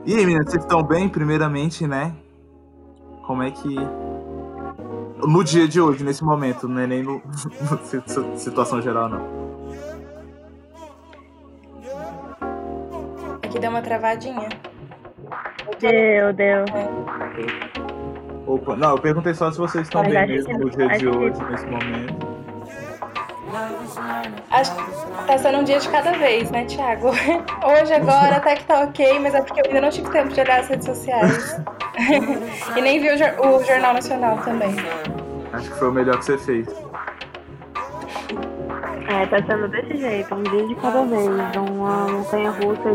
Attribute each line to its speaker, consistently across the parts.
Speaker 1: E aí, meninas, vocês estão bem, primeiramente, né? Como é que... No dia de hoje, nesse momento, não é nem no situação geral, não.
Speaker 2: Aqui deu uma travadinha.
Speaker 3: Deu.
Speaker 1: Opa, não, eu perguntei só se vocês estão bem mesmo no dia de hoje, nesse momento.
Speaker 2: Acho que tá sendo um dia de cada vez, né, Thiago? Hoje, agora, até que tá ok, mas é porque eu ainda não tive tempo de olhar as redes sociais. E nem vi o Jornal Nacional também.
Speaker 1: Acho que foi o melhor que você fez.
Speaker 3: Tá sendo desse jeito, um dia de cada vez, uma montanha-russa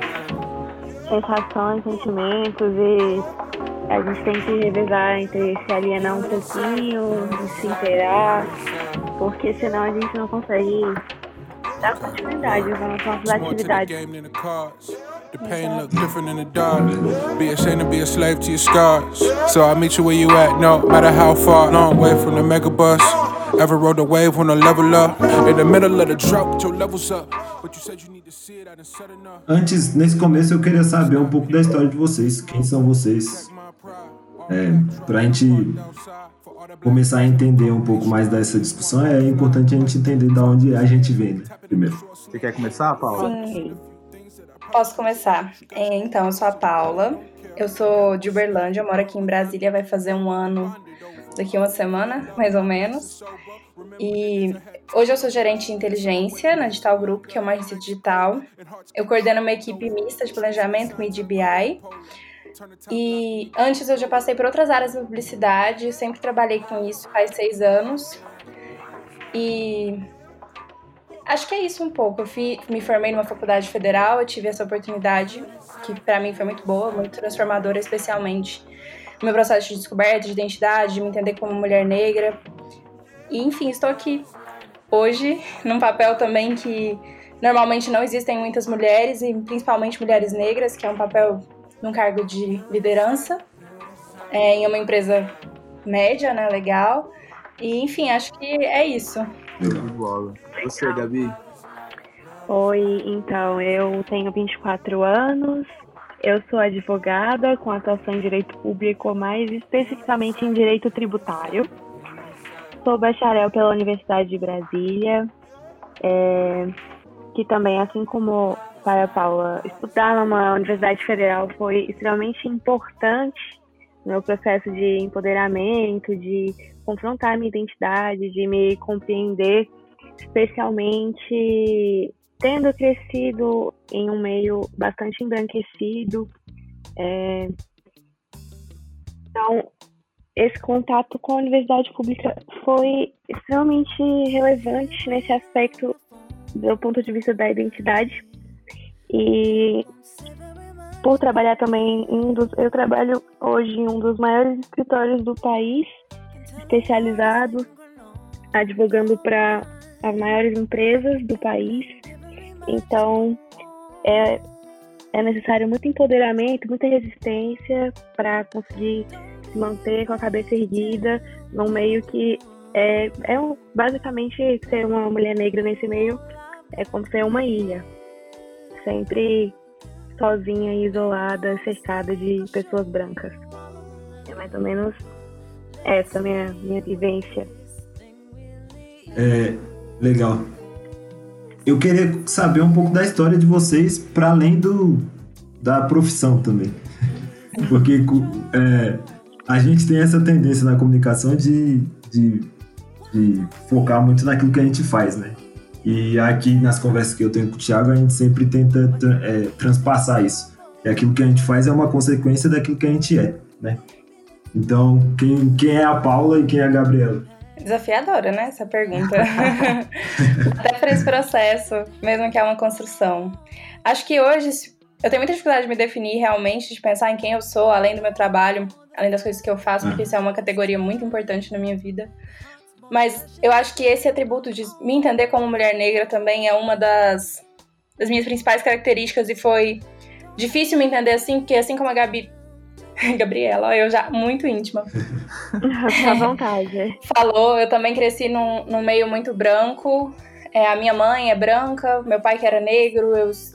Speaker 3: de sensações, sentimentos, e a gente tem que revezar entre se alienar um pouquinho, se inteirar, porque senão a gente não consegue dar continuidade nas nossas atividades.
Speaker 4: The pain look different in the dark. Be ashamed to be a slave to your scars. So I'll meet you where you at, no matter how far. Long way from the megabus. Ever rode a wave when I level up. In the middle of the drought, but your levels up. But you said you need to see it, I done said enough.
Speaker 5: Antes, nesse começo, eu queria saber um pouco da história de vocês. Quem são vocês? Pra gente começar a entender um pouco mais dessa discussão, é importante a gente entender de onde a gente vem, né? Primeiro.
Speaker 1: Você quer começar, Paula?
Speaker 2: Sim. Posso começar. Então, eu sou a Paula, eu sou de Uberlândia, eu moro aqui em Brasília, vai fazer um ano daqui a uma semana, mais ou menos. E hoje eu sou gerente de inteligência na Digital Group, que é uma agência digital. Eu coordeno uma equipe mista de planejamento, Media BI. E antes eu já passei por outras áreas de publicidade, sempre trabalhei com isso faz 6 anos. E... acho que é isso um pouco. Eu me formei numa faculdade federal, eu tive essa oportunidade, que pra mim foi muito boa, muito transformadora, especialmente no meu processo de descoberta, de identidade, de me entender como mulher negra. E, enfim, estou aqui hoje, num papel também que normalmente não existem muitas mulheres, e principalmente mulheres negras, que é um papel num cargo de liderança, em uma empresa média, né, legal. E, enfim, acho que é isso.
Speaker 1: Legal. Você, Gabi?
Speaker 3: Oi, então, eu tenho 24 anos, eu sou advogada com atuação em direito público, mais especificamente em direito tributário. Sou bacharel pela Universidade de Brasília, que também, assim como para a Paula, estudar numa universidade federal foi extremamente importante no meu processo de empoderamento, de confrontar minha identidade, de me compreender, especialmente tendo crescido em um meio bastante embranquecido. Então, esse contato com a universidade pública foi extremamente relevante nesse aspecto do ponto de vista da identidade. E por trabalhar também eu trabalho hoje em um dos maiores escritórios do país, especializado, advogando para as maiores empresas do país. Então, é necessário muito empoderamento, muita resistência para conseguir se manter com a cabeça erguida num meio que basicamente ser uma mulher negra nesse meio é como ser uma ilha, sempre sozinha e isolada, cercada de pessoas brancas. É mais ou menos essa minha vivência.
Speaker 5: Legal. Eu queria saber um pouco da história de vocês para além da profissão também. Porque a gente tem essa tendência na comunicação de focar muito naquilo que a gente faz, né? E aqui nas conversas que eu tenho com o Thiago, a gente sempre tenta transpassar isso. E aquilo que a gente faz é uma consequência daquilo que a gente é, né? Então, quem é a Paula e quem é a Gabriela?
Speaker 2: Desafiadora, né, essa pergunta. Até por esse processo, mesmo que é uma construção. Acho que hoje eu tenho muita dificuldade de me definir realmente, de pensar em quem eu sou, além do meu trabalho, além das coisas que eu faço, porque isso é uma categoria muito importante na minha vida. Mas eu acho que esse atributo de me entender como mulher negra também é uma das minhas principais características, e foi difícil me entender assim, porque assim como a Gabriela, eu já muito íntima.
Speaker 3: À vontade.
Speaker 2: Falou, eu também cresci num meio muito branco. A minha mãe é branca, meu pai que era negro,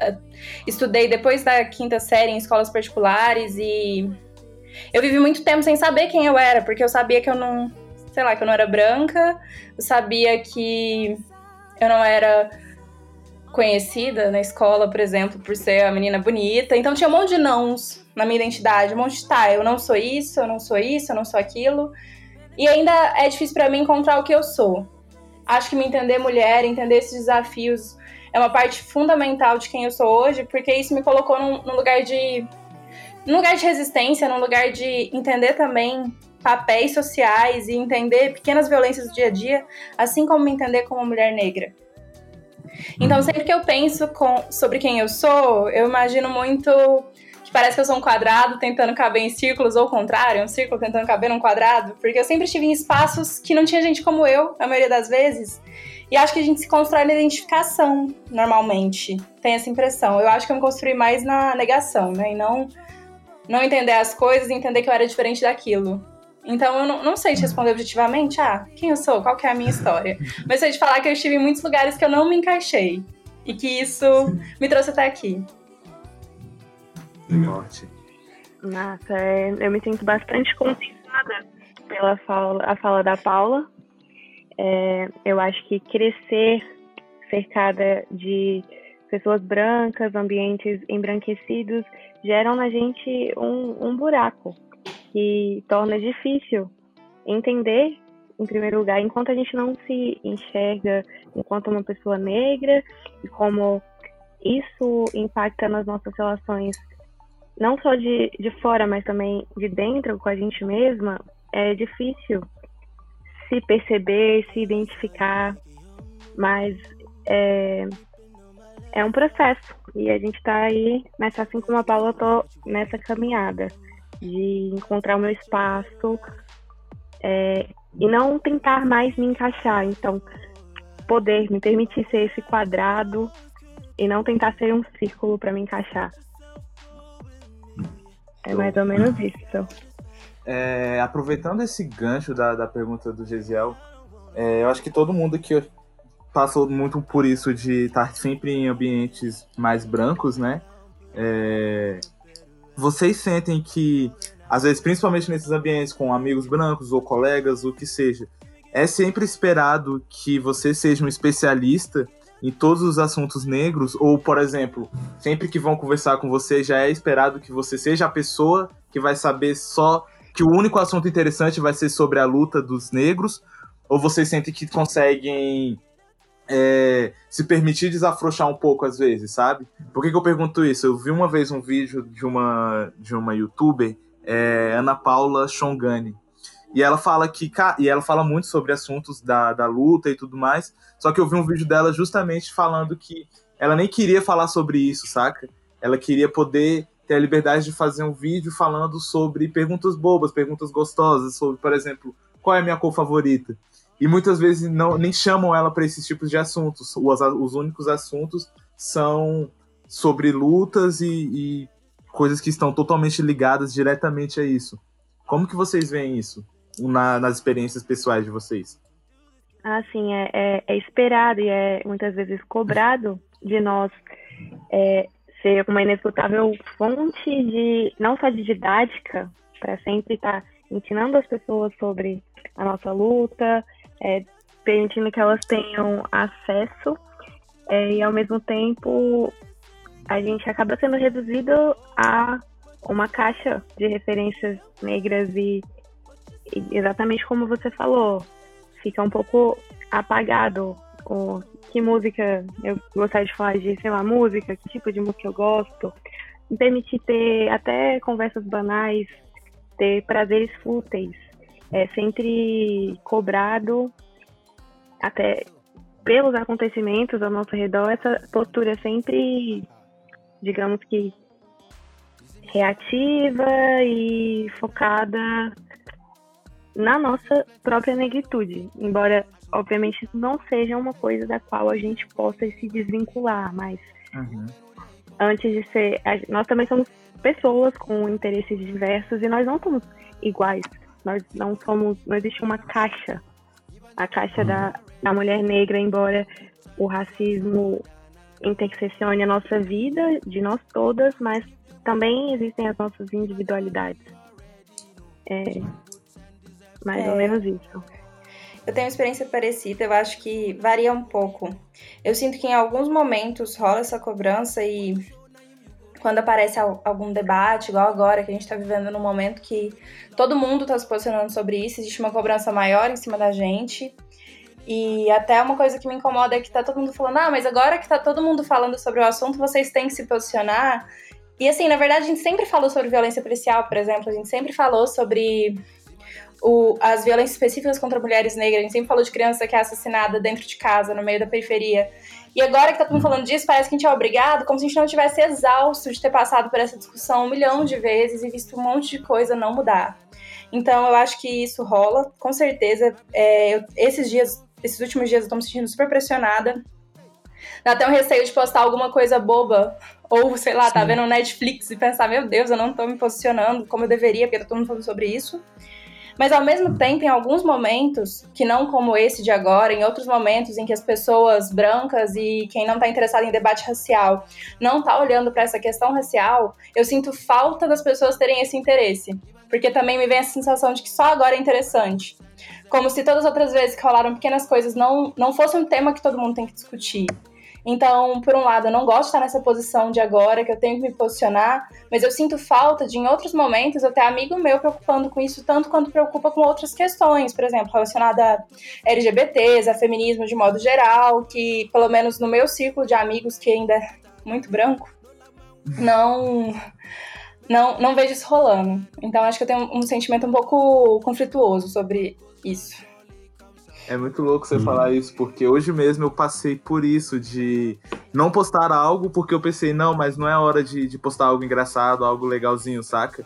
Speaker 2: estudei depois da 5ª série em escolas particulares e eu vivi muito tempo sem saber quem eu era, porque eu sabia que eu não, sei lá, que eu não era branca, eu sabia que eu não era conhecida na escola, por exemplo, por ser a menina bonita, então tinha um monte de nãos na minha identidade, um monte de eu não sou isso, eu não sou isso, eu não sou aquilo, e ainda é difícil pra mim encontrar o que eu sou. Acho que me entender mulher, entender esses desafios é uma parte fundamental de quem eu sou hoje, porque isso me colocou num lugar de resistência, num lugar de entender também papéis sociais e entender pequenas violências do dia a dia, assim como me entender como mulher negra. Então, sempre que eu penso sobre quem eu sou, eu imagino muito que parece que eu sou um quadrado tentando caber em círculos, ou o contrário, um círculo tentando caber num quadrado, porque eu sempre estive em espaços que não tinha gente como eu, a maioria das vezes, e acho que a gente se constrói na identificação, normalmente, tem essa impressão. Eu acho que eu me construí mais na negação, né, e não entender as coisas e entender que eu era diferente daquilo. Então eu não sei te responder objetivamente, quem eu sou, qual que é a minha história. Mas sei te falar que eu estive em muitos lugares que eu não me encaixei. E que isso me trouxe até aqui.
Speaker 1: Forte.
Speaker 3: Nossa, eu me sinto bastante contemplada pela fala da Paula. Eu acho que crescer cercada de pessoas brancas, ambientes embranquecidos, geram na gente um buraco que torna difícil entender, em primeiro lugar, enquanto a gente não se enxerga enquanto uma pessoa negra e como isso impacta nas nossas relações, não só de fora, mas também de dentro com a gente mesma. É difícil se perceber, se identificar, mas é um processo e a gente tá aí, assim como a Paula, eu tô nessa caminhada de encontrar o meu espaço e não tentar mais me encaixar. Então, poder me permitir ser esse quadrado e não tentar ser um círculo para me encaixar. É mais ou menos isso.
Speaker 1: Aproveitando esse gancho da pergunta do Gesiel, eu acho que todo mundo que passou muito por isso de estar sempre em ambientes mais brancos, né? Vocês sentem que, às vezes, principalmente nesses ambientes com amigos brancos ou colegas, o que seja, é sempre esperado que você seja um especialista em todos os assuntos negros? Ou, por exemplo, sempre que vão conversar com você, já é esperado que você seja a pessoa que vai saber só que o único assunto interessante vai ser sobre a luta dos negros? Ou vocês sentem que conseguem se permitir desafrouxar um pouco às vezes, sabe? Por que eu pergunto isso? Eu vi uma vez um vídeo de uma youtuber, Ana Paula Shongani, e ela fala muito sobre assuntos da luta e tudo mais, só que eu vi um vídeo dela justamente falando que ela nem queria falar sobre isso, saca? Ela queria poder ter a liberdade de fazer um vídeo falando sobre perguntas bobas, perguntas gostosas, sobre, por exemplo, qual é a minha cor favorita? E muitas vezes nem chamam ela para esses tipos de assuntos. Os únicos assuntos são sobre lutas e coisas que estão totalmente ligadas diretamente a isso. Como que vocês veem isso nas experiências pessoais de vocês?
Speaker 3: Sim, é esperado e é muitas vezes cobrado de nós ser uma inesgotável fonte não só de didática, para sempre estar ensinando as pessoas sobre a nossa luta, permitindo que elas tenham acesso, e ao mesmo tempo a gente acaba sendo reduzido a uma caixa de referências negras e exatamente como você falou, fica um pouco apagado que música eu gostaria de falar, de, sei lá, música, que tipo de música eu gosto, me permitir ter até conversas banais, ter prazeres fúteis, sempre cobrado até pelos acontecimentos ao nosso redor. Essa postura sempre, digamos que, reativa e focada na nossa própria negritude, embora obviamente isso não seja uma coisa da qual a gente possa se desvincular, mas antes de ser, nós também somos pessoas com interesses diversos e nós não somos iguais. Nós não existe uma caixa, a caixa da mulher negra, embora o racismo intersecione a nossa vida, de nós todas, mas também existem as nossas individualidades. Mais ou menos isso.
Speaker 2: Eu tenho uma experiência parecida, eu acho que varia um pouco. Eu sinto que em alguns momentos rola essa cobrança e quando aparece algum debate, igual agora, que a gente está vivendo num momento que todo mundo está se posicionando sobre isso, existe uma cobrança maior em cima da gente. E até uma coisa que me incomoda é que tá todo mundo falando, mas agora que tá todo mundo falando sobre o assunto, vocês têm que se posicionar. E assim, na verdade, a gente sempre falou sobre violência policial, por exemplo, a gente sempre falou sobre as violências específicas contra mulheres negras, a gente sempre falou de criança que é assassinada dentro de casa, no meio da periferia. E agora que tá todo mundo falando disso, parece que a gente é obrigado, como se a gente não tivesse exausto de ter passado por essa discussão 1 milhão de vezes e visto um monte de coisa não mudar. Então, eu acho que isso rola, com certeza. Esses últimos dias eu tô me sentindo super pressionada. Dá até um receio de postar alguma coisa boba, ou, sei lá, tá vendo um Netflix e pensar, meu Deus, eu não tô me posicionando como eu deveria, porque tá todo mundo falando sobre isso. Mas, ao mesmo tempo, em alguns momentos, que não como esse de agora, em outros momentos em que as pessoas brancas e quem não tá interessado em debate racial não tá olhando pra essa questão racial, eu sinto falta das pessoas terem esse interesse. Porque também me vem a sensação de que só agora é interessante. Como se todas as outras vezes que rolaram pequenas coisas não fosse um tema que todo mundo tem que discutir. Então, por um lado, eu não gosto de estar nessa posição de agora, que eu tenho que me posicionar, mas eu sinto falta de, em outros momentos, eu ter amigo meu preocupando com isso tanto quanto preocupa com outras questões, por exemplo, relacionada a LGBTs, a feminismo de modo geral, que, pelo menos no meu círculo de amigos, que ainda é muito branco, não vejo isso rolando. Então, acho que eu tenho um sentimento um pouco conflituoso sobre isso.
Speaker 1: É muito louco você falar isso, porque hoje mesmo eu passei por isso, de não postar algo, porque eu pensei, não, mas não é hora de postar algo engraçado, algo legalzinho, saca?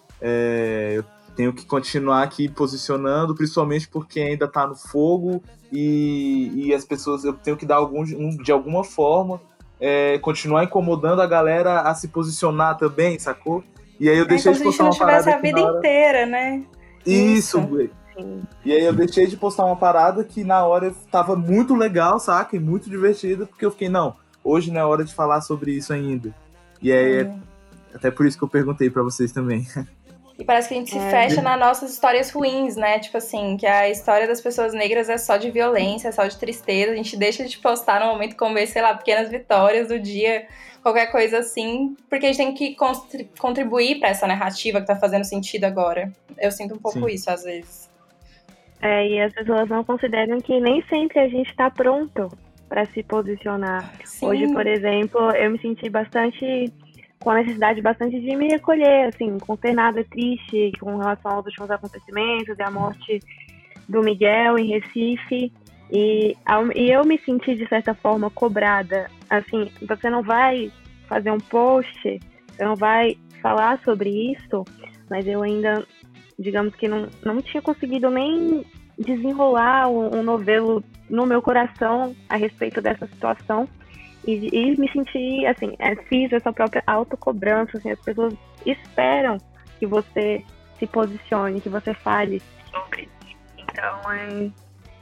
Speaker 1: Eu tenho que continuar aqui posicionando, principalmente porque ainda tá no fogo, e as pessoas, eu tenho que dar de alguma forma, continuar incomodando a galera a se posicionar também, sacou? E aí eu deixei de postar uma parada.
Speaker 2: Como se a gente não tivesse a vida inteira, né?
Speaker 1: Isso, güey. E aí eu deixei de postar uma parada que na hora tava muito legal, saca? E muito divertida, porque eu fiquei, não, hoje não é hora de falar sobre isso ainda. E aí até por isso que eu perguntei pra vocês também.
Speaker 2: E parece que a gente se fecha nas nossas histórias ruins, né? Tipo assim, que a história das pessoas negras é só de violência, é só de tristeza. A gente deixa de postar no momento como esse, sei lá, pequenas vitórias do dia, qualquer coisa assim, porque a gente tem que contribuir pra essa narrativa que tá fazendo sentido agora. Eu sinto um pouco isso, às vezes.
Speaker 3: E as pessoas não consideram que nem sempre a gente tá pronto pra se posicionar. Sim. Hoje, por exemplo, eu me senti com a necessidade bastante de me recolher, assim, consternada, triste com relação aos últimos acontecimentos e a morte do Miguel em Recife. E eu me senti, de certa forma, cobrada. Assim, você não vai fazer um post, você não vai falar sobre isso, mas eu ainda, digamos que não tinha conseguido nem desenrolar um novelo no meu coração a respeito dessa situação. E me senti, assim, fiz essa própria autocobrança, assim, as pessoas esperam que você se posicione, que você fale sobre. Então,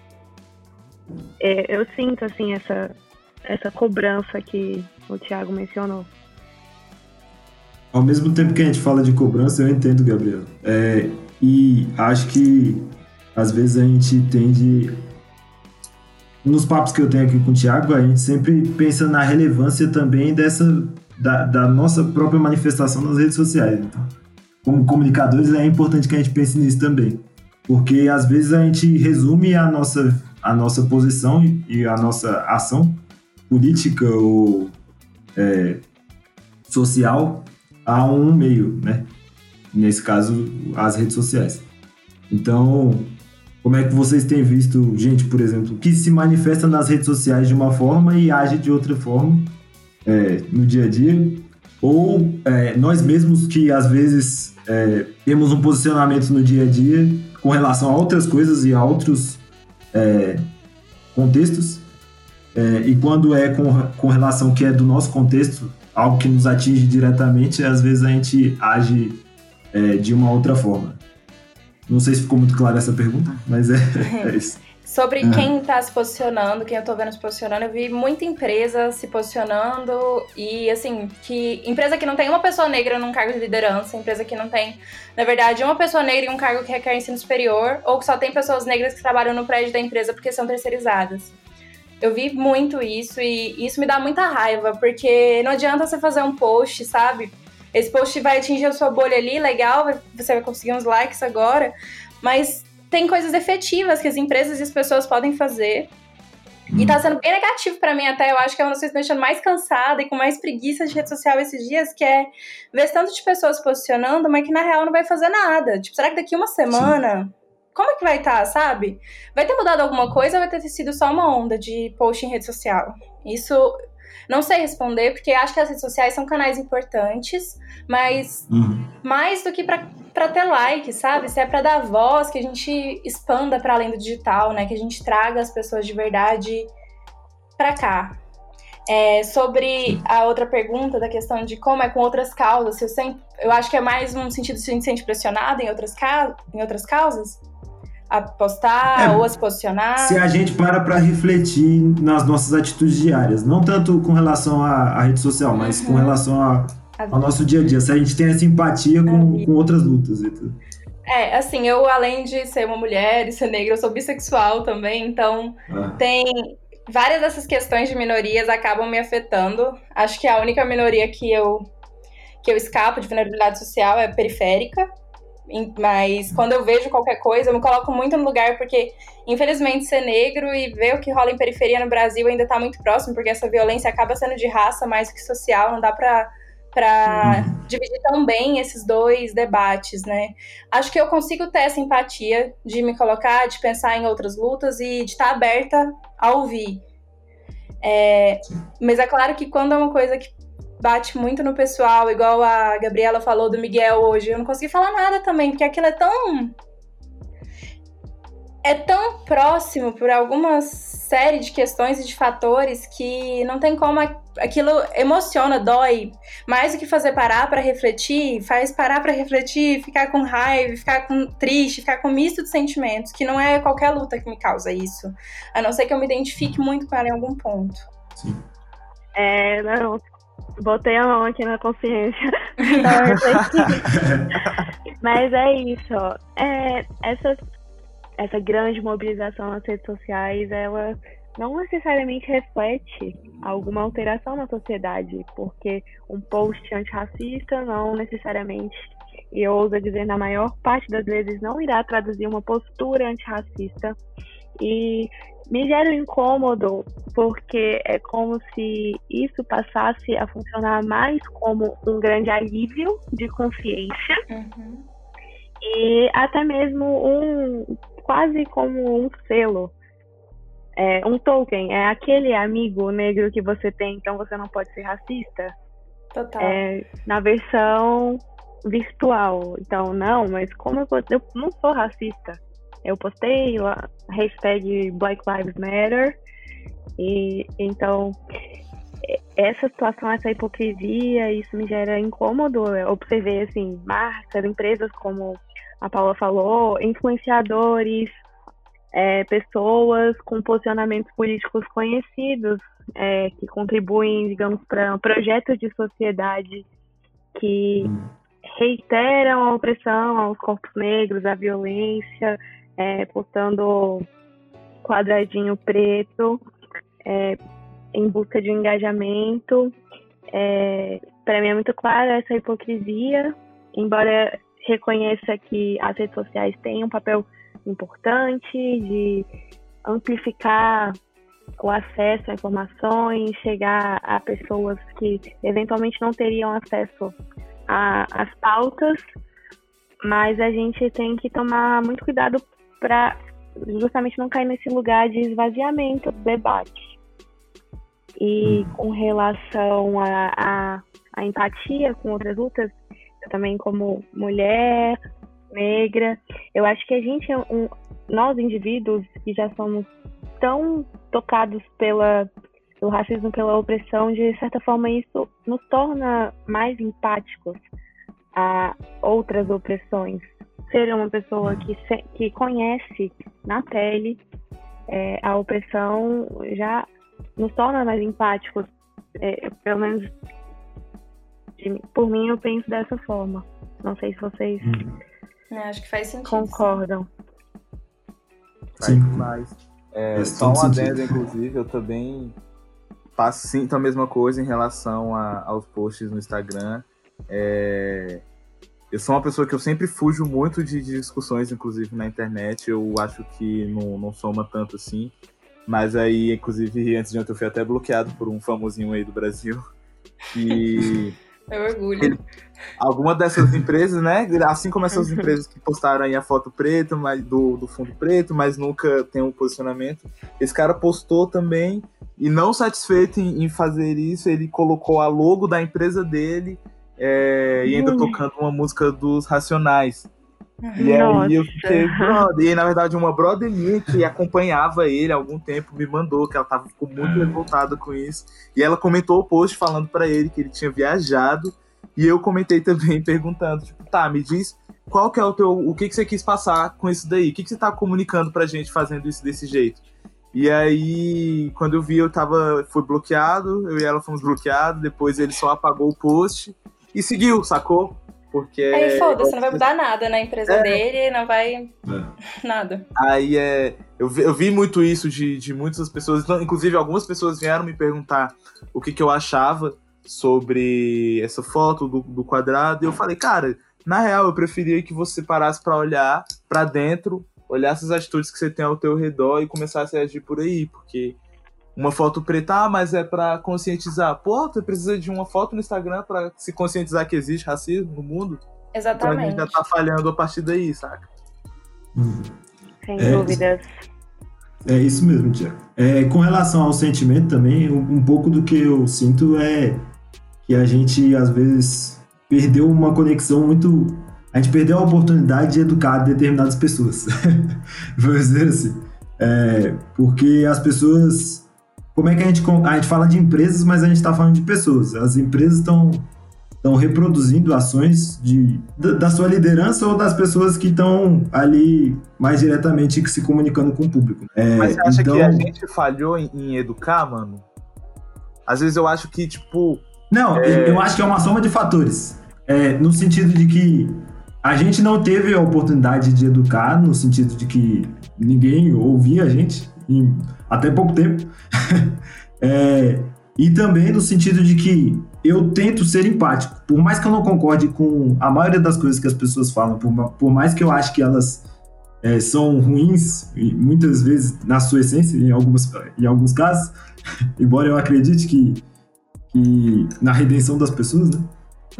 Speaker 3: eu sinto, assim, essa cobrança que o Thiago mencionou.
Speaker 5: Ao mesmo tempo que a gente fala de cobrança, eu entendo, Gabriel. E acho que, às vezes, a gente tende... Nos papos que eu tenho aqui com o Thiago, a gente sempre pensa na relevância também da nossa própria manifestação nas redes sociais. Então, como comunicadores, é importante que a gente pense nisso também. Porque, às vezes, a gente resume a nossa posição e a nossa ação política ou social a um meio, né? Nesse caso, as redes sociais. Então... Como é que vocês têm visto gente, por exemplo, que se manifesta nas redes sociais de uma forma e age de outra forma no dia a dia? Ou nós mesmos que, às vezes, temos um posicionamento no dia a dia com relação a outras coisas e a outros contextos, e quando com relação que é do nosso contexto, algo que nos atinge diretamente, às vezes a gente age de uma outra forma. Não sei se ficou muito clara essa pergunta, mas é isso.
Speaker 2: Sobre quem está se posicionando, quem eu tô vendo se posicionando, eu vi muita empresa se posicionando e, assim, empresa que não tem uma pessoa negra num cargo de liderança, empresa que não tem, na verdade, uma pessoa negra em um cargo que requer ensino superior, ou que só tem pessoas negras que trabalham no prédio da empresa porque são terceirizadas. Eu vi muito isso e isso me dá muita raiva, porque não adianta você fazer um post, sabe? Esse post vai atingir a sua bolha ali, legal, você vai conseguir uns likes agora, mas tem coisas efetivas que as empresas e as pessoas podem fazer. E tá sendo bem negativo pra mim até. Eu acho que é uma das coisas que me deixando mais cansada e com mais preguiça de rede social esses dias, que é ver esse tanto de pessoas se posicionando, mas que na real não vai fazer nada. Tipo, será que daqui uma semana... Como é que vai estar, sabe? Vai ter mudado alguma coisa ou vai ter sido só uma onda de post em rede social? Isso... Não sei responder, porque acho que as redes sociais são canais importantes, mas mais do que pra ter like, sabe? Se é pra dar voz, que a gente expanda pra além do digital, né? Que a gente traga as pessoas de verdade pra cá. Sobre a outra pergunta da questão de como é com outras causas, eu acho que é mais um sentido de se sente pressionado em outras causas? A postar ou a se posicionar.
Speaker 5: Se a gente para refletir nas nossas atitudes diárias, não tanto com relação à rede social, mas com relação ao nosso dia a dia, se a gente tem essa empatia com outras lutas e tudo.
Speaker 2: Assim, eu além de ser uma mulher e ser negra, eu sou bissexual também, então tem várias dessas questões de minorias acabam me afetando. Acho que a única minoria que eu escapo de vulnerabilidade social é periférica. Mas quando eu vejo qualquer coisa, eu me coloco muito no lugar, porque infelizmente ser negro e ver o que rola em periferia no Brasil ainda tá muito próximo, porque essa violência acaba sendo de raça mais do que social, não dá pra dividir tão bem esses dois debates, né? Acho que eu consigo ter essa empatia de me colocar, de pensar em outras lutas e de estar aberta a ouvir. Mas é claro que quando é uma coisa que bate muito no pessoal, igual a Gabriela falou do Miguel hoje, eu não consegui falar nada também, porque aquilo é tão próximo por alguma série de questões e de fatores que não tem como, aquilo emociona, dói, mais do que fazer parar pra refletir, faz parar pra refletir, ficar com raiva, ficar triste, ficar com misto de sentimentos, que não é qualquer luta que me causa isso, a não ser que eu me identifique muito com ela em algum ponto.
Speaker 5: Sim.
Speaker 3: Não, botei a mão aqui na consciência. Mas é isso, ó. Essa grande mobilização nas redes sociais, ela não necessariamente reflete alguma alteração na sociedade, porque um post antirracista não necessariamente, e eu ouso dizer na maior parte das vezes, não irá traduzir uma postura antirracista. E me gera um incômodo, porque é como se isso passasse a funcionar mais como um grande alívio de consciência, e até mesmo quase como um selo, um token, é aquele amigo negro que você tem, então você não pode ser racista.
Speaker 2: Total.
Speaker 3: Na versão virtual. Então, não, mas como eu não sou racista. Eu postei lá, hashtag Black Lives Matter, e então essa situação, essa hipocrisia, isso me gera incômodo. Eu observei, assim, marcas, empresas, como a Paula falou, influenciadores, pessoas com posicionamentos políticos conhecidos, que contribuem, digamos, para projetos de sociedade que reiteram a opressão aos corpos negros, a violência, postando quadradinho preto, em busca de engajamento. Para mim é muito clara essa hipocrisia, embora reconheça que as redes sociais têm um papel importante de amplificar o acesso a informações, chegar a pessoas que eventualmente não teriam acesso às pautas, mas a gente tem que tomar muito cuidado para justamente não cair nesse lugar de esvaziamento do debate. E com relação à empatia com outras lutas, eu também, como mulher negra, eu acho que a gente, nós indivíduos que já somos tão tocados pelo racismo, pela opressão, de certa forma isso nos torna mais empáticos a outras opressões. Ser uma pessoa que conhece na pele a opressão já nos torna mais empáticos. Pelo menos por mim eu penso dessa forma. Não sei se vocês
Speaker 2: acho que faz sentido.
Speaker 3: concordam.
Speaker 1: Faz demais. Só um adendo, inclusive, eu também sinto a mesma coisa em relação aos posts no Instagram. Eu sou uma pessoa que eu sempre fujo muito de discussões, inclusive na internet. Eu acho que não soma tanto assim. Mas aí, inclusive, antes de ontem eu fui até bloqueado por um famosinho aí do Brasil. E
Speaker 2: eu orgulho.
Speaker 1: Alguma dessas empresas, né? Assim como essas empresas que postaram aí a foto preta, do fundo preto, mas nunca tem um posicionamento. Esse cara postou também, e não satisfeito em fazer isso, ele colocou a logo da empresa dele e ainda tocando uma música dos Racionais. E aí eu fiquei, e na verdade uma brother minha que acompanhava ele há algum tempo me mandou, que ela ficou muito revoltada com isso, e ela comentou o post falando pra ele que ele tinha viajado, e eu comentei também perguntando, tipo, me diz qual que é o que você quis passar com isso daí, o que você tá comunicando pra gente fazendo isso desse jeito. E aí, quando eu vi, fui bloqueado, eu e ela fomos bloqueados, depois ele só apagou o post e seguiu, sacou? Porque
Speaker 2: aí foda-se, não vai mudar nada na empresa dele, não vai nada.
Speaker 1: Aí eu vi muito isso de muitas pessoas, inclusive algumas pessoas vieram me perguntar o que eu achava sobre essa foto do quadrado, e eu falei, cara, na real eu preferia que você parasse pra olhar pra dentro, olhasse as atitudes que você tem ao teu redor e começasse a agir por aí, porque uma foto preta, mas é pra conscientizar. Pô, você precisa de uma foto no Instagram pra se conscientizar que existe racismo no mundo?
Speaker 2: Exatamente.
Speaker 1: Então a gente já tá falhando a partir daí, saca?
Speaker 3: Sem dúvidas.
Speaker 5: É isso mesmo, Tiago. Com relação ao sentimento também, um pouco do que eu sinto é que a gente, às vezes, perdeu uma conexão muito... A gente perdeu a oportunidade de educar determinadas pessoas. Vamos dizer assim. Porque as pessoas... Como é que a gente fala de empresas, mas a gente está falando de pessoas. As empresas estão reproduzindo ações da sua liderança ou das pessoas que estão ali mais diretamente se comunicando com o público.
Speaker 1: Mas você acha que a gente falhou em educar, mano? Às vezes eu acho que, tipo...
Speaker 5: Não, eu acho que é uma soma de fatores. No sentido de que a gente não teve a oportunidade de educar, no sentido de que ninguém ouvia a gente até pouco tempo. E também no sentido de que eu tento ser empático. Por mais que eu não concorde com a maioria das coisas que as pessoas falam, por mais que eu ache que elas são ruins, e muitas vezes na sua essência, em alguns casos, embora eu acredite que na redenção das pessoas, né?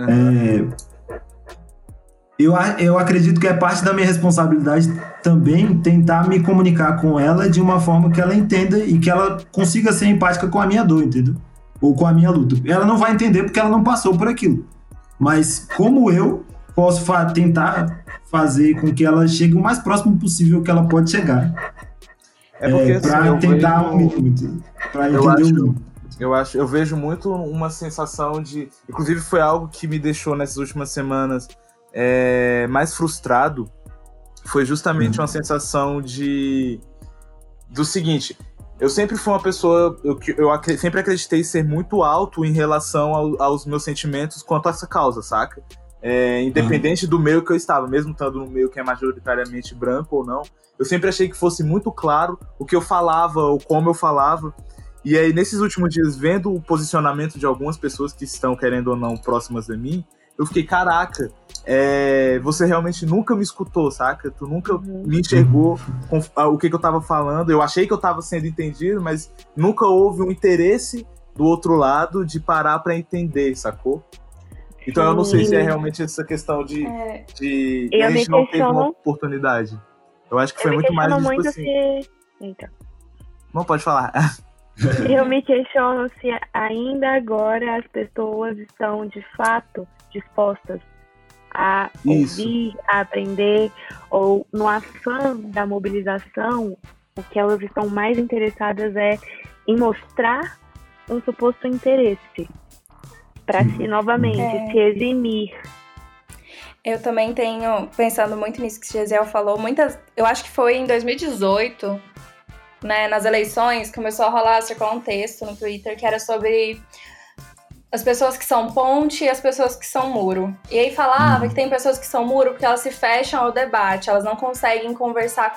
Speaker 5: Eu acredito que é parte da minha responsabilidade também tentar me comunicar com ela de uma forma que ela entenda e que ela consiga ser empática com a minha dor, entendeu? Ou com a minha luta. Ela não vai entender porque ela não passou por aquilo. Mas como eu posso tentar fazer com que ela chegue o mais próximo possível que ela pode chegar.
Speaker 1: Porque
Speaker 5: pra tentar pra entender o mínimo.
Speaker 1: Eu vejo muito uma sensação de... Inclusive foi algo que me deixou nessas últimas semanas mais frustrado. Foi justamente uma sensação do seguinte: eu sempre fui uma pessoa, eu sempre acreditei ser muito alto em relação aos meus sentimentos quanto a essa causa, saca? Independente do meio que eu estava, mesmo estando no meio que é majoritariamente branco ou não, eu sempre achei que fosse muito claro o que eu falava ou como eu falava. E aí, nesses últimos dias, vendo o posicionamento de algumas pessoas que estão, querendo ou não, próximas a mim, eu fiquei, caraca, você realmente nunca me escutou, saca? Tu nunca me enxergou com o que eu tava falando. Eu achei que eu tava sendo entendido, mas nunca houve um interesse do outro lado de parar pra entender, sacou? Então eu não sei se é realmente essa questão de a gente não teve uma oportunidade. Eu acho que foi muito mais disso assim. Não, pode falar.
Speaker 3: Eu me questiono se ainda agora as pessoas estão de fato dispostas a ouvir, a aprender, ou no afã da mobilização, o que elas estão mais interessadas é em mostrar um suposto interesse para si novamente, se eximir.
Speaker 2: Eu também tenho, pensando muito nisso que o Gesiel falou, eu acho que foi em 2018, né, nas eleições, começou a rolar, circular um texto no Twitter que era sobre as pessoas que são ponte e as pessoas que são muro. E aí falava que tem pessoas que são muro porque elas se fecham ao debate, elas não conseguem conversar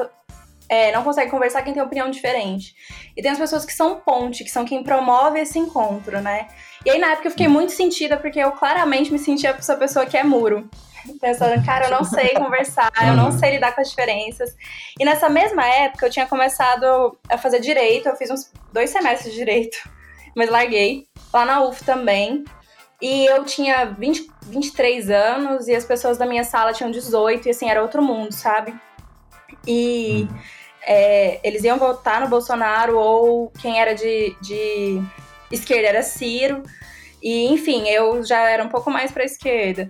Speaker 2: quem tem opinião diferente. E tem as pessoas que são ponte, que são quem promove esse encontro, né? E aí na época eu fiquei muito sentida, porque eu claramente me sentia essa pessoa que é muro. Pensando, cara, eu não sei conversar, eu não sei lidar com as diferenças. E nessa mesma época eu tinha começado a fazer direito, eu fiz uns 2 semestres de direito, mas larguei. Lá na UF também. E eu tinha 23 anos e as pessoas da minha sala tinham 18, e assim, era outro mundo, sabe? E eles iam votar no Bolsonaro, ou quem era de esquerda era Ciro. E, enfim, eu já era um pouco mais pra esquerda.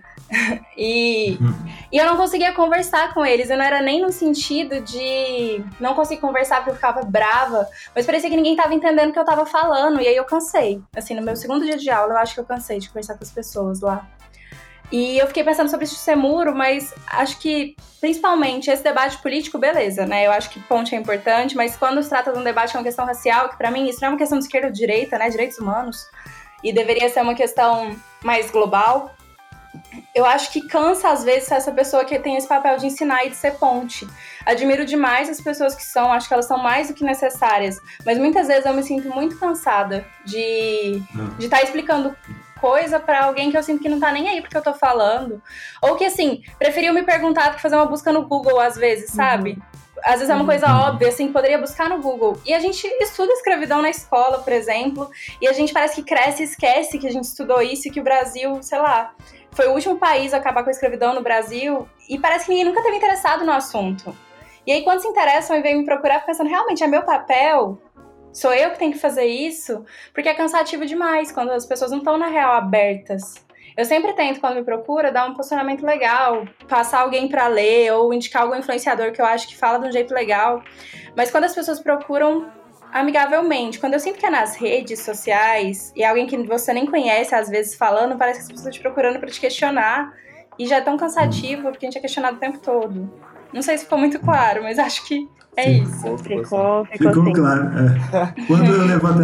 Speaker 2: E eu não conseguia conversar com eles. Eu não era nem no sentido de não conseguir conversar porque eu ficava brava, mas parecia que ninguém tava entendendo o que eu tava falando. E aí eu cansei. Assim, no meu segundo dia de aula, eu acho que eu cansei de conversar com as pessoas lá. E eu fiquei pensando sobre isso de ser muro, mas acho que, principalmente, esse debate político, beleza, né? Eu acho que ponte é importante, mas quando se trata de um debate com uma questão racial, que pra mim isso não é uma questão de esquerda ou direita, né? Direitos humanos, e deveria ser uma questão mais global, eu acho que cansa, às vezes, essa pessoa que tem esse papel de ensinar e de ser ponte. Admiro demais as pessoas que são, acho que elas são mais do que necessárias, mas muitas vezes eu me sinto muito cansada de estar explicando coisa pra alguém que eu sinto que não tá nem aí porque eu tô falando. Ou que, assim, preferiu me perguntar do que fazer uma busca no Google, às vezes, sabe? Às vezes é uma coisa óbvia, assim, que poderia buscar no Google. E a gente estuda escravidão na escola, por exemplo, e a gente parece que cresce e esquece que a gente estudou isso e que o Brasil, sei lá, foi o último país a acabar com a escravidão no Brasil, e parece que ninguém nunca teve interessado no assunto. E aí, quando se interessam e vêm me procurar, fico pensando, realmente, é meu papel? Sou eu que tenho que fazer isso? Porque é cansativo demais quando as pessoas não estão, na real, abertas. Eu sempre tento, quando me procura, dar um posicionamento legal, passar alguém pra ler ou indicar algum influenciador que eu acho que fala de um jeito legal. Mas quando as pessoas procuram amigavelmente, quando eu sinto que é nas redes sociais e é alguém que você nem conhece, às vezes, falando, parece que as pessoas estão te procurando pra te questionar e já é tão cansativo porque a gente é questionado o tempo todo. Não sei se ficou muito claro, mas acho que é isso.
Speaker 5: Ficou claro. Quando eu levanto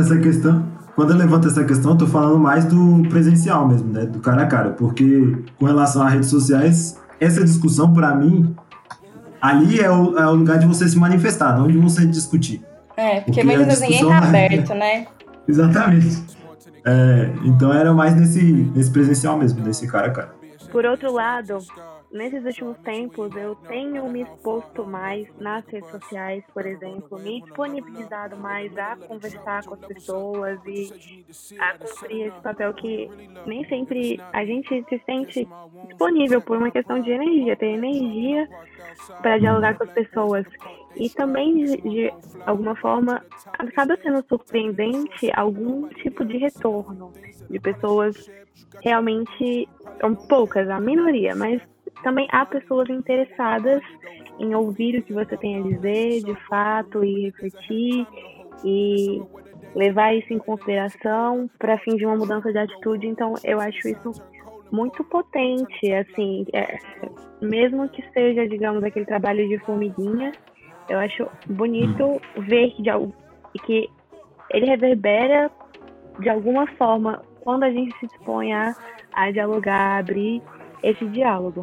Speaker 5: essa questão, eu tô falando mais do presencial mesmo, né? Do cara a cara. Porque com relação às redes sociais, essa discussão, pra mim, ali é o lugar de você se manifestar, não de você discutir.
Speaker 2: Porque muitas vezes ninguém tá aberto, né?
Speaker 5: Exatamente. Então era mais nesse presencial mesmo, nesse cara a cara.
Speaker 3: Por outro lado, nesses últimos tempos, eu tenho me exposto mais nas redes sociais, por exemplo, me disponibilizado mais a conversar com as pessoas e a cumprir esse papel que nem sempre a gente se sente disponível por uma questão de energia, ter energia para dialogar com as pessoas. E também, de alguma forma, acaba sendo surpreendente algum tipo de retorno de pessoas realmente, são poucas, a minoria, mas também há pessoas interessadas em ouvir o que você tem a dizer, de fato, e refletir, e levar isso em consideração para fim de uma mudança de atitude. Então, eu acho isso muito potente, assim, mesmo que seja, digamos, aquele trabalho de formiguinha, eu acho bonito ver que ele reverbera de alguma forma quando a gente se dispõe a dialogar, a abrir esse diálogo.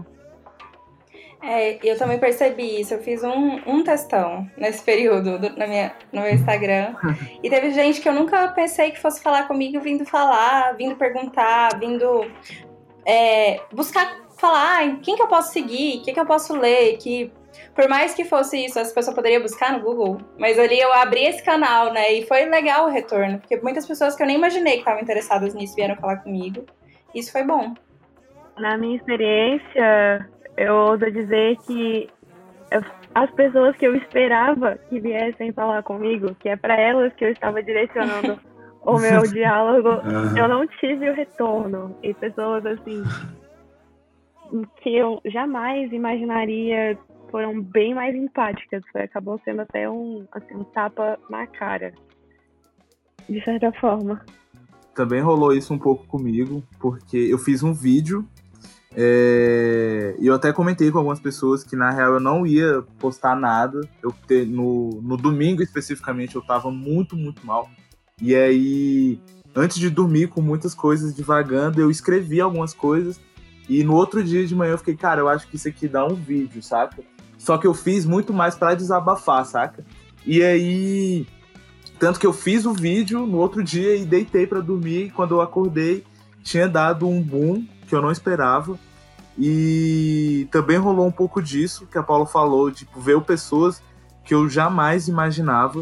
Speaker 2: Eu também percebi isso. Eu fiz um textão nesse período no meu Instagram. E teve gente que eu nunca pensei que fosse falar comigo, vindo falar, vindo perguntar, vindo buscar falar quem que eu posso seguir, o que eu posso ler, que por mais que fosse isso, essa pessoa poderia buscar no Google, mas ali eu abri esse canal, né, e foi legal o retorno, porque muitas pessoas que eu nem imaginei que estavam interessadas nisso vieram falar comigo, isso foi bom.
Speaker 3: Na minha experiência, eu ouso dizer que as pessoas que eu esperava que viessem falar comigo, que é para elas que eu estava direcionando o meu diálogo, eu não tive o retorno, e pessoas assim que eu jamais imaginaria foram bem mais empáticas. Acabou sendo até um tapa na cara, de certa forma.
Speaker 1: Também rolou isso um pouco comigo, porque eu fiz um vídeo E eu até comentei com algumas pessoas que, na real, eu não ia postar nada. No domingo, especificamente, eu tava muito, muito mal. E aí, antes de dormir, com muitas coisas divagando, eu escrevi algumas coisas. E no outro dia de manhã eu fiquei, cara, eu acho que isso aqui dá um vídeo, saca? Só que eu fiz muito mais pra desabafar, saca? E aí, tanto que eu fiz o vídeo no outro dia e deitei pra dormir. E quando eu acordei, tinha dado um boom que eu não esperava. E também rolou um pouco disso que a Paula falou, tipo, ver pessoas que eu jamais imaginava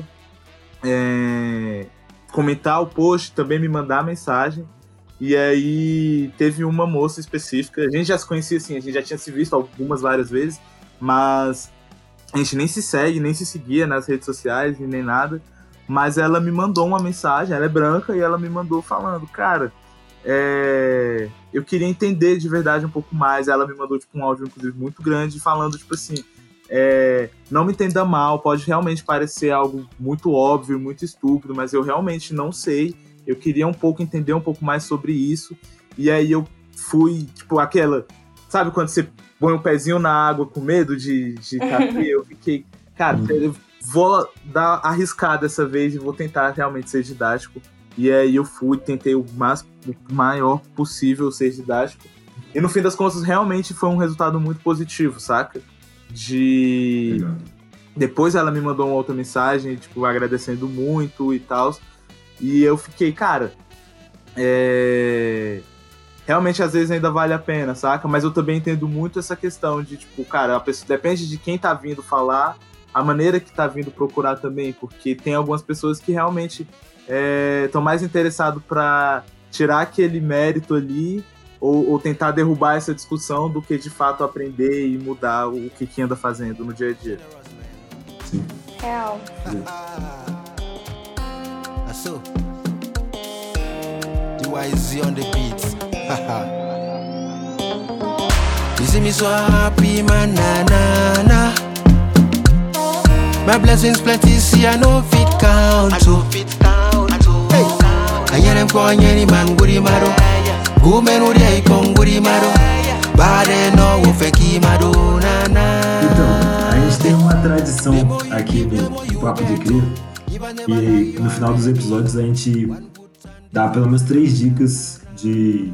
Speaker 1: comentar o post, também me mandar mensagem. E aí teve uma moça específica, a gente já se conhecia assim, a gente já tinha se visto várias vezes, mas a gente nem se segue, nem se seguia nas redes sociais, nem nada. Mas ela me mandou uma mensagem, ela é branca, e ela me mandou falando, cara, eu queria entender de verdade um pouco mais. Ela me mandou tipo, um áudio, inclusive, muito grande, falando, tipo assim, não me entenda mal, pode realmente parecer algo muito óbvio, muito estúpido, mas eu realmente não sei. Eu queria entender um pouco mais sobre isso. E aí eu fui, tipo, sabe quando você põe um pezinho na água com medo de cair? Eu fiquei, cara, eu vou arriscar dessa vez e vou tentar realmente ser didático. E aí eu tentei o maior possível ser didático. E no fim das contas, realmente foi um resultado muito positivo, saca? Depois ela me mandou uma outra mensagem, tipo, agradecendo muito e tal. E eu fiquei, cara, realmente às vezes ainda vale a pena, saca? Mas eu também entendo muito essa questão de, tipo, cara, a pessoa depende de quem tá vindo falar, a maneira que tá vindo procurar também, porque tem algumas pessoas que realmente estão mais interessados pra tirar aquele mérito ali ou tentar derrubar essa discussão do que de fato aprender e mudar o que anda fazendo no dia a dia.
Speaker 5: Sim.
Speaker 2: Real.
Speaker 6: So, DYZ on the beats. You see me so happy, man, na. My blessings plenty, see I know fit count. Hey, I hear them calling any man, goody mado. Go men who they come, goody mado. Bade no, wo feki mado, na.
Speaker 5: Então, a gente tem uma tradição aqui do Papo de Cria. E no final dos episódios a gente dá pelo menos 3 dicas de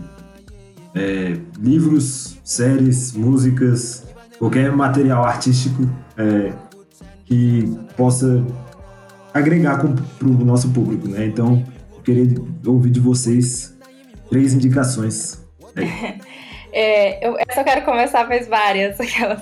Speaker 5: livros, séries, músicas, qualquer material artístico que possa agregar para o nosso público, né? Então, eu queria ouvir de vocês 3 indicações.
Speaker 2: Eu só quero começar, faz várias.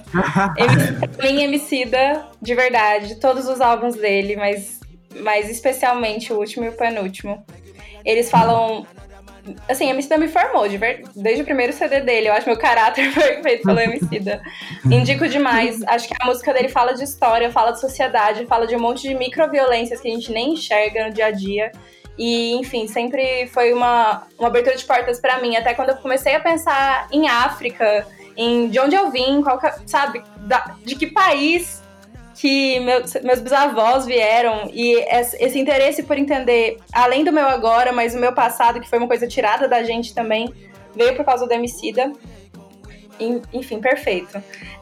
Speaker 2: Emicida, de verdade, todos os álbuns dele, mas especialmente o último e o penúltimo. Eles falam... Assim, Emicida me formou, desde o primeiro CD dele. Eu acho meu caráter perfeito pelo Emicida. Indico demais. Acho que a música dele fala de história, fala de sociedade, fala de um monte de microviolências que a gente nem enxerga no dia a dia. E, enfim, sempre foi uma abertura de portas pra mim. Até quando eu comecei a pensar em África, de onde eu vim, sabe? De que país que meus bisavós vieram, e esse interesse por entender, além do meu agora, mas o meu passado, que foi uma coisa tirada da gente também, veio por causa do Emicida. Enfim, perfeito.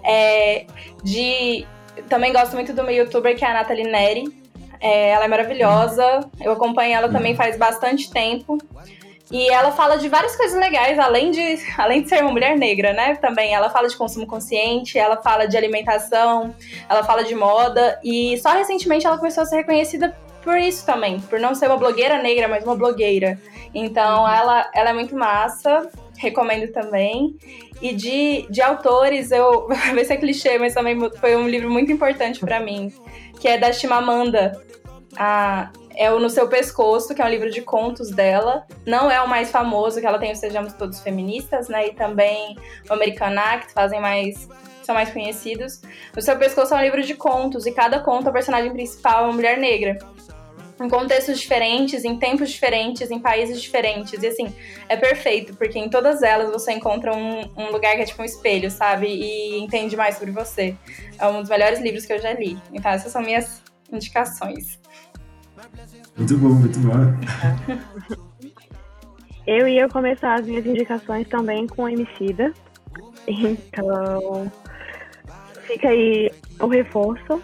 Speaker 2: Também gosto muito de uma youtuber que é a Nathalie Neri. Ela é maravilhosa, eu acompanho ela também faz bastante tempo. E ela fala de várias coisas legais, além de ser uma mulher negra, né? Também ela fala de consumo consciente, ela fala de alimentação, ela fala de moda. E só recentemente ela começou a ser reconhecida por isso também, por não ser uma blogueira negra, mas uma blogueira. Então ela é muito massa, recomendo também. E de autores, vai ser clichê, mas também foi um livro muito importante pra mim, que é da Chimamanda. É o No Seu Pescoço, que é um livro de contos dela. Não é o mais famoso, que ela tem o Sejamos Todos Feministas, né? E também o American Act, são mais conhecidos. No Seu Pescoço é um livro de contos, e cada conto, a personagem principal é uma mulher negra. Em contextos diferentes, em tempos diferentes, em países diferentes. E assim, é perfeito, porque em todas elas você encontra um lugar que é tipo um espelho, sabe? E entende mais sobre você. É um dos melhores livros que eu já li. Então essas são minhas indicações.
Speaker 5: Muito bom, muito bom.
Speaker 3: Eu ia começar as minhas indicações também com o Emicida. Então, fica aí o reforço.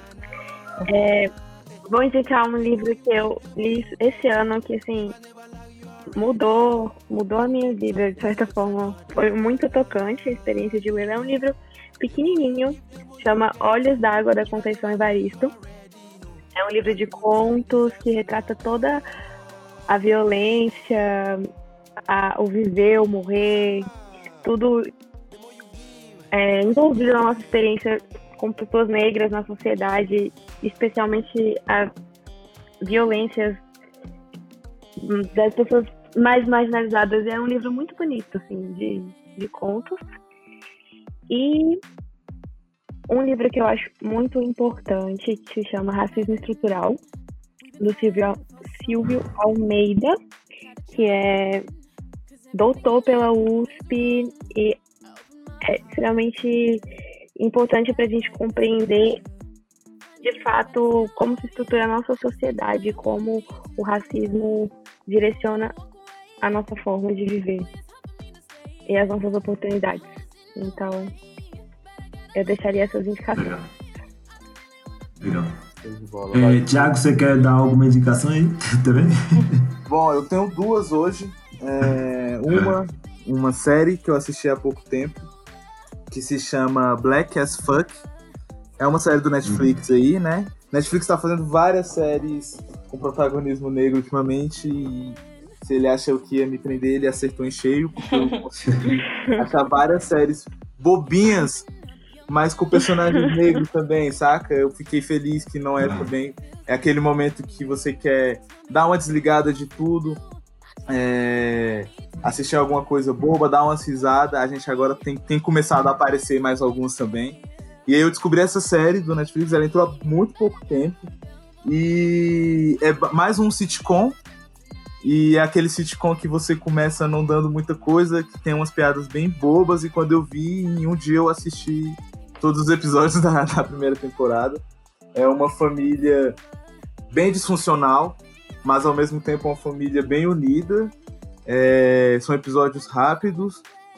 Speaker 3: Vou indicar um livro que eu li esse ano, que assim, mudou a minha vida, de certa forma. Foi muito tocante a experiência de ler. É um livro pequenininho, chama Olhos d'Água, da Conceição Evaristo. É um livro de contos que retrata toda a violência, o viver, o morrer, tudo envolvido na nossa experiência com pessoas negras na sociedade, especialmente as violências das pessoas mais marginalizadas. É um livro muito bonito, assim, de contos. E um livro que eu acho muito importante, que se chama Racismo Estrutural, do Silvio Almeida, que é doutor pela USP e é extremamente importante para a gente compreender de fato como se estrutura a nossa sociedade, como o racismo direciona a nossa forma de viver e as nossas oportunidades. Então, eu deixaria essas indicações.
Speaker 5: Legal. Tiago, você quer dar alguma indicação aí também?
Speaker 1: Bom, eu tenho duas hoje. Uma série que eu assisti há pouco tempo, que se chama Black as Fuck. É uma série do Netflix aí, né? Netflix tá fazendo várias séries com protagonismo negro ultimamente e se ele acha que ia me prender, ele acertou em cheio, porque eu consegui achar várias séries bobinhas, mas com personagens negros também, saca? Eu fiquei feliz que não é também. É aquele momento que você quer dar uma desligada de tudo, assistir alguma coisa boba, dar uma risada. A gente agora tem começado a aparecer mais alguns também. E aí eu descobri essa série do Netflix, ela entrou há muito pouco tempo. E é mais um sitcom. E é aquele sitcom que você começa não dando muita coisa, que tem umas piadas bem bobas. E quando eu vi, em um dia eu assisti todos os episódios da primeira temporada. É uma família bem disfuncional, mas ao mesmo tempo uma família bem unida. São episódios rápidos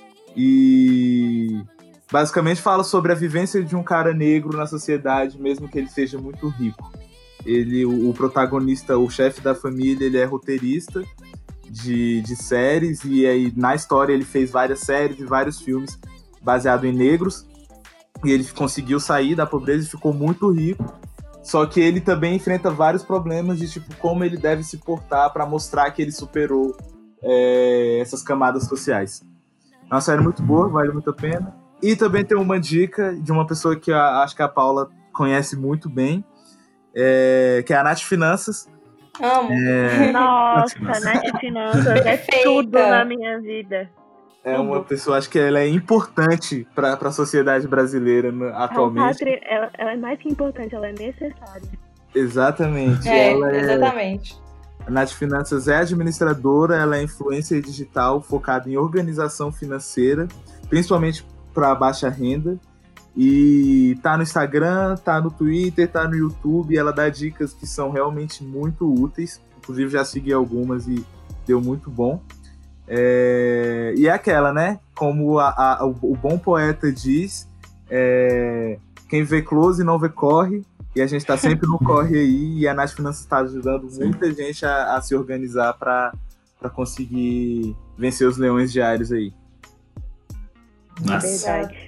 Speaker 1: e basicamente fala sobre a vivência de um cara negro na sociedade, mesmo que ele seja muito rico. O protagonista, o chefe da família, ele é roteirista de séries, e aí na história ele fez várias séries e vários filmes baseados em negros, e ele conseguiu sair da pobreza e ficou muito rico. Só que ele também enfrenta vários problemas de tipo como ele deve se portar para mostrar que ele superou essas camadas sociais. É uma série muito boa, vale muito a pena. E também tem uma dica de uma pessoa que acho que a Paula conhece muito bem, que é a Nath Finanças.
Speaker 2: Amo.
Speaker 3: Nossa, Nath Finanças é tudo na minha vida.
Speaker 1: É uma pessoa, acho que ela é importante para a sociedade brasileira atualmente.
Speaker 3: Ela é mais que importante, ela é necessária.
Speaker 1: Exatamente.
Speaker 2: Exatamente.
Speaker 1: A Nath Finanças é administradora, ela é influencer digital focada em organização financeira, principalmente para baixa renda. E tá no Instagram, tá no Twitter, tá no YouTube. Ela dá dicas que são realmente muito úteis. Inclusive já segui algumas e deu muito bom. E é aquela, né? Como o bom poeta diz, quem vê close não vê corre. E a gente tá sempre no corre aí. E a Nath Finanças tá ajudando muita gente a se organizar para conseguir vencer os leões diários aí.
Speaker 5: Nossa.
Speaker 3: Verdade.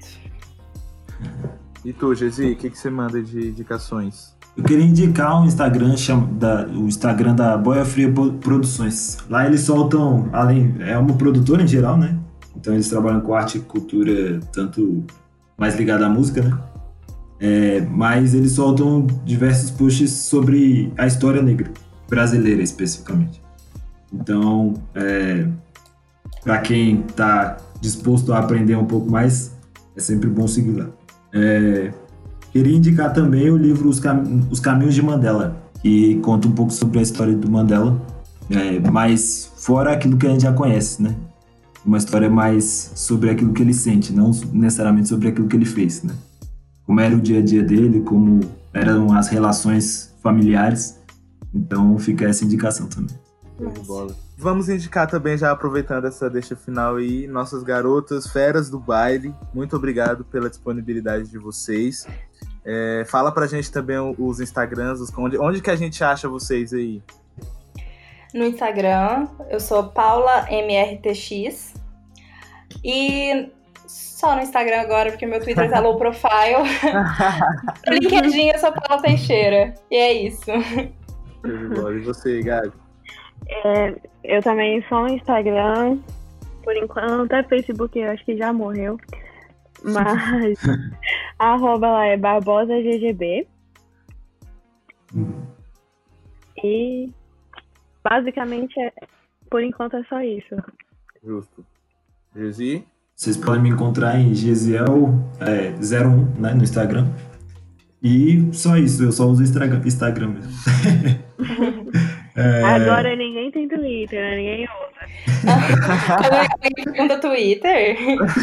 Speaker 1: E tu, Gesi, o que você manda de indicações?
Speaker 5: Eu queria indicar um Instagram, o Instagram da Boia Fria Produções. Lá eles soltam, é uma produtora em geral, né? Então eles trabalham com arte e cultura, tanto mais ligada à música, né? Mas eles soltam diversos posts sobre a história negra, brasileira especificamente. Então, para quem está disposto a aprender um pouco mais, é sempre bom seguir lá. Queria indicar também o livro Os Caminhos de Mandela, que conta um pouco sobre a história do Mandela, mas fora aquilo que a gente já conhece, né? Uma história mais sobre aquilo que ele sente, não necessariamente sobre aquilo que ele fez, né? Como era o dia a dia dele, como eram as relações familiares. Então fica essa indicação também.
Speaker 1: Show de bola. Vamos indicar também, já aproveitando essa deixa final aí, nossas garotas feras do baile. Muito obrigado pela disponibilidade de vocês. Fala pra gente também os Instagrams, onde que a gente acha vocês aí?
Speaker 2: No Instagram, eu sou PaulaMRTX. E só no Instagram agora, porque meu Twitter tá low profile. No LinkedIn eu sou Paula Teixeira. E é isso.
Speaker 1: E você, Gabi?
Speaker 3: Eu também sou no Instagram. Por enquanto, até Facebook eu acho que já morreu. Mas arroba lá é BarbosaGGB. E basicamente, por enquanto, é só isso.
Speaker 1: Justo. Gesi?
Speaker 5: Vocês podem me encontrar em Gesiel01, né, no Instagram. E só isso, eu só uso Instagram mesmo.
Speaker 3: Agora ninguém tem Twitter, né? Ninguém usa.
Speaker 2: Alguém pergunta Twitter?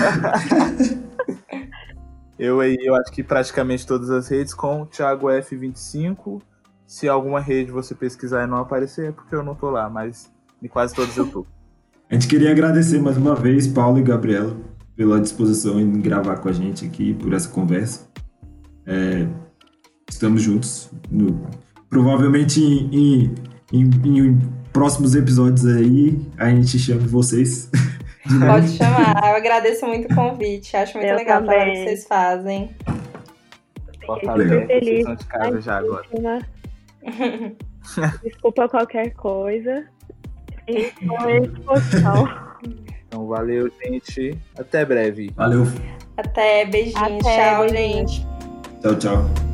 Speaker 1: Eu acho que praticamente todas as redes com Thiago F25. Se alguma rede você pesquisar e não aparecer, é porque eu não tô lá, mas em quase todas eu tô.
Speaker 5: A gente queria agradecer mais uma vez, Paulo e Gabriela, pela disposição em gravar com a gente aqui, por essa conversa. Estamos juntos. Provavelmente em próximos episódios aí, a gente chama vocês.
Speaker 2: Pode chamar. Eu agradeço muito o convite. Acho muito legal o trabalho que vocês fazem.
Speaker 1: Fortaleza, vocês são de casa já agora.
Speaker 3: Desculpa qualquer coisa.
Speaker 1: Então, valeu, gente. Até breve.
Speaker 5: Valeu.
Speaker 2: Até, beijinhos. Tchau, gente.
Speaker 5: Tchau, tchau.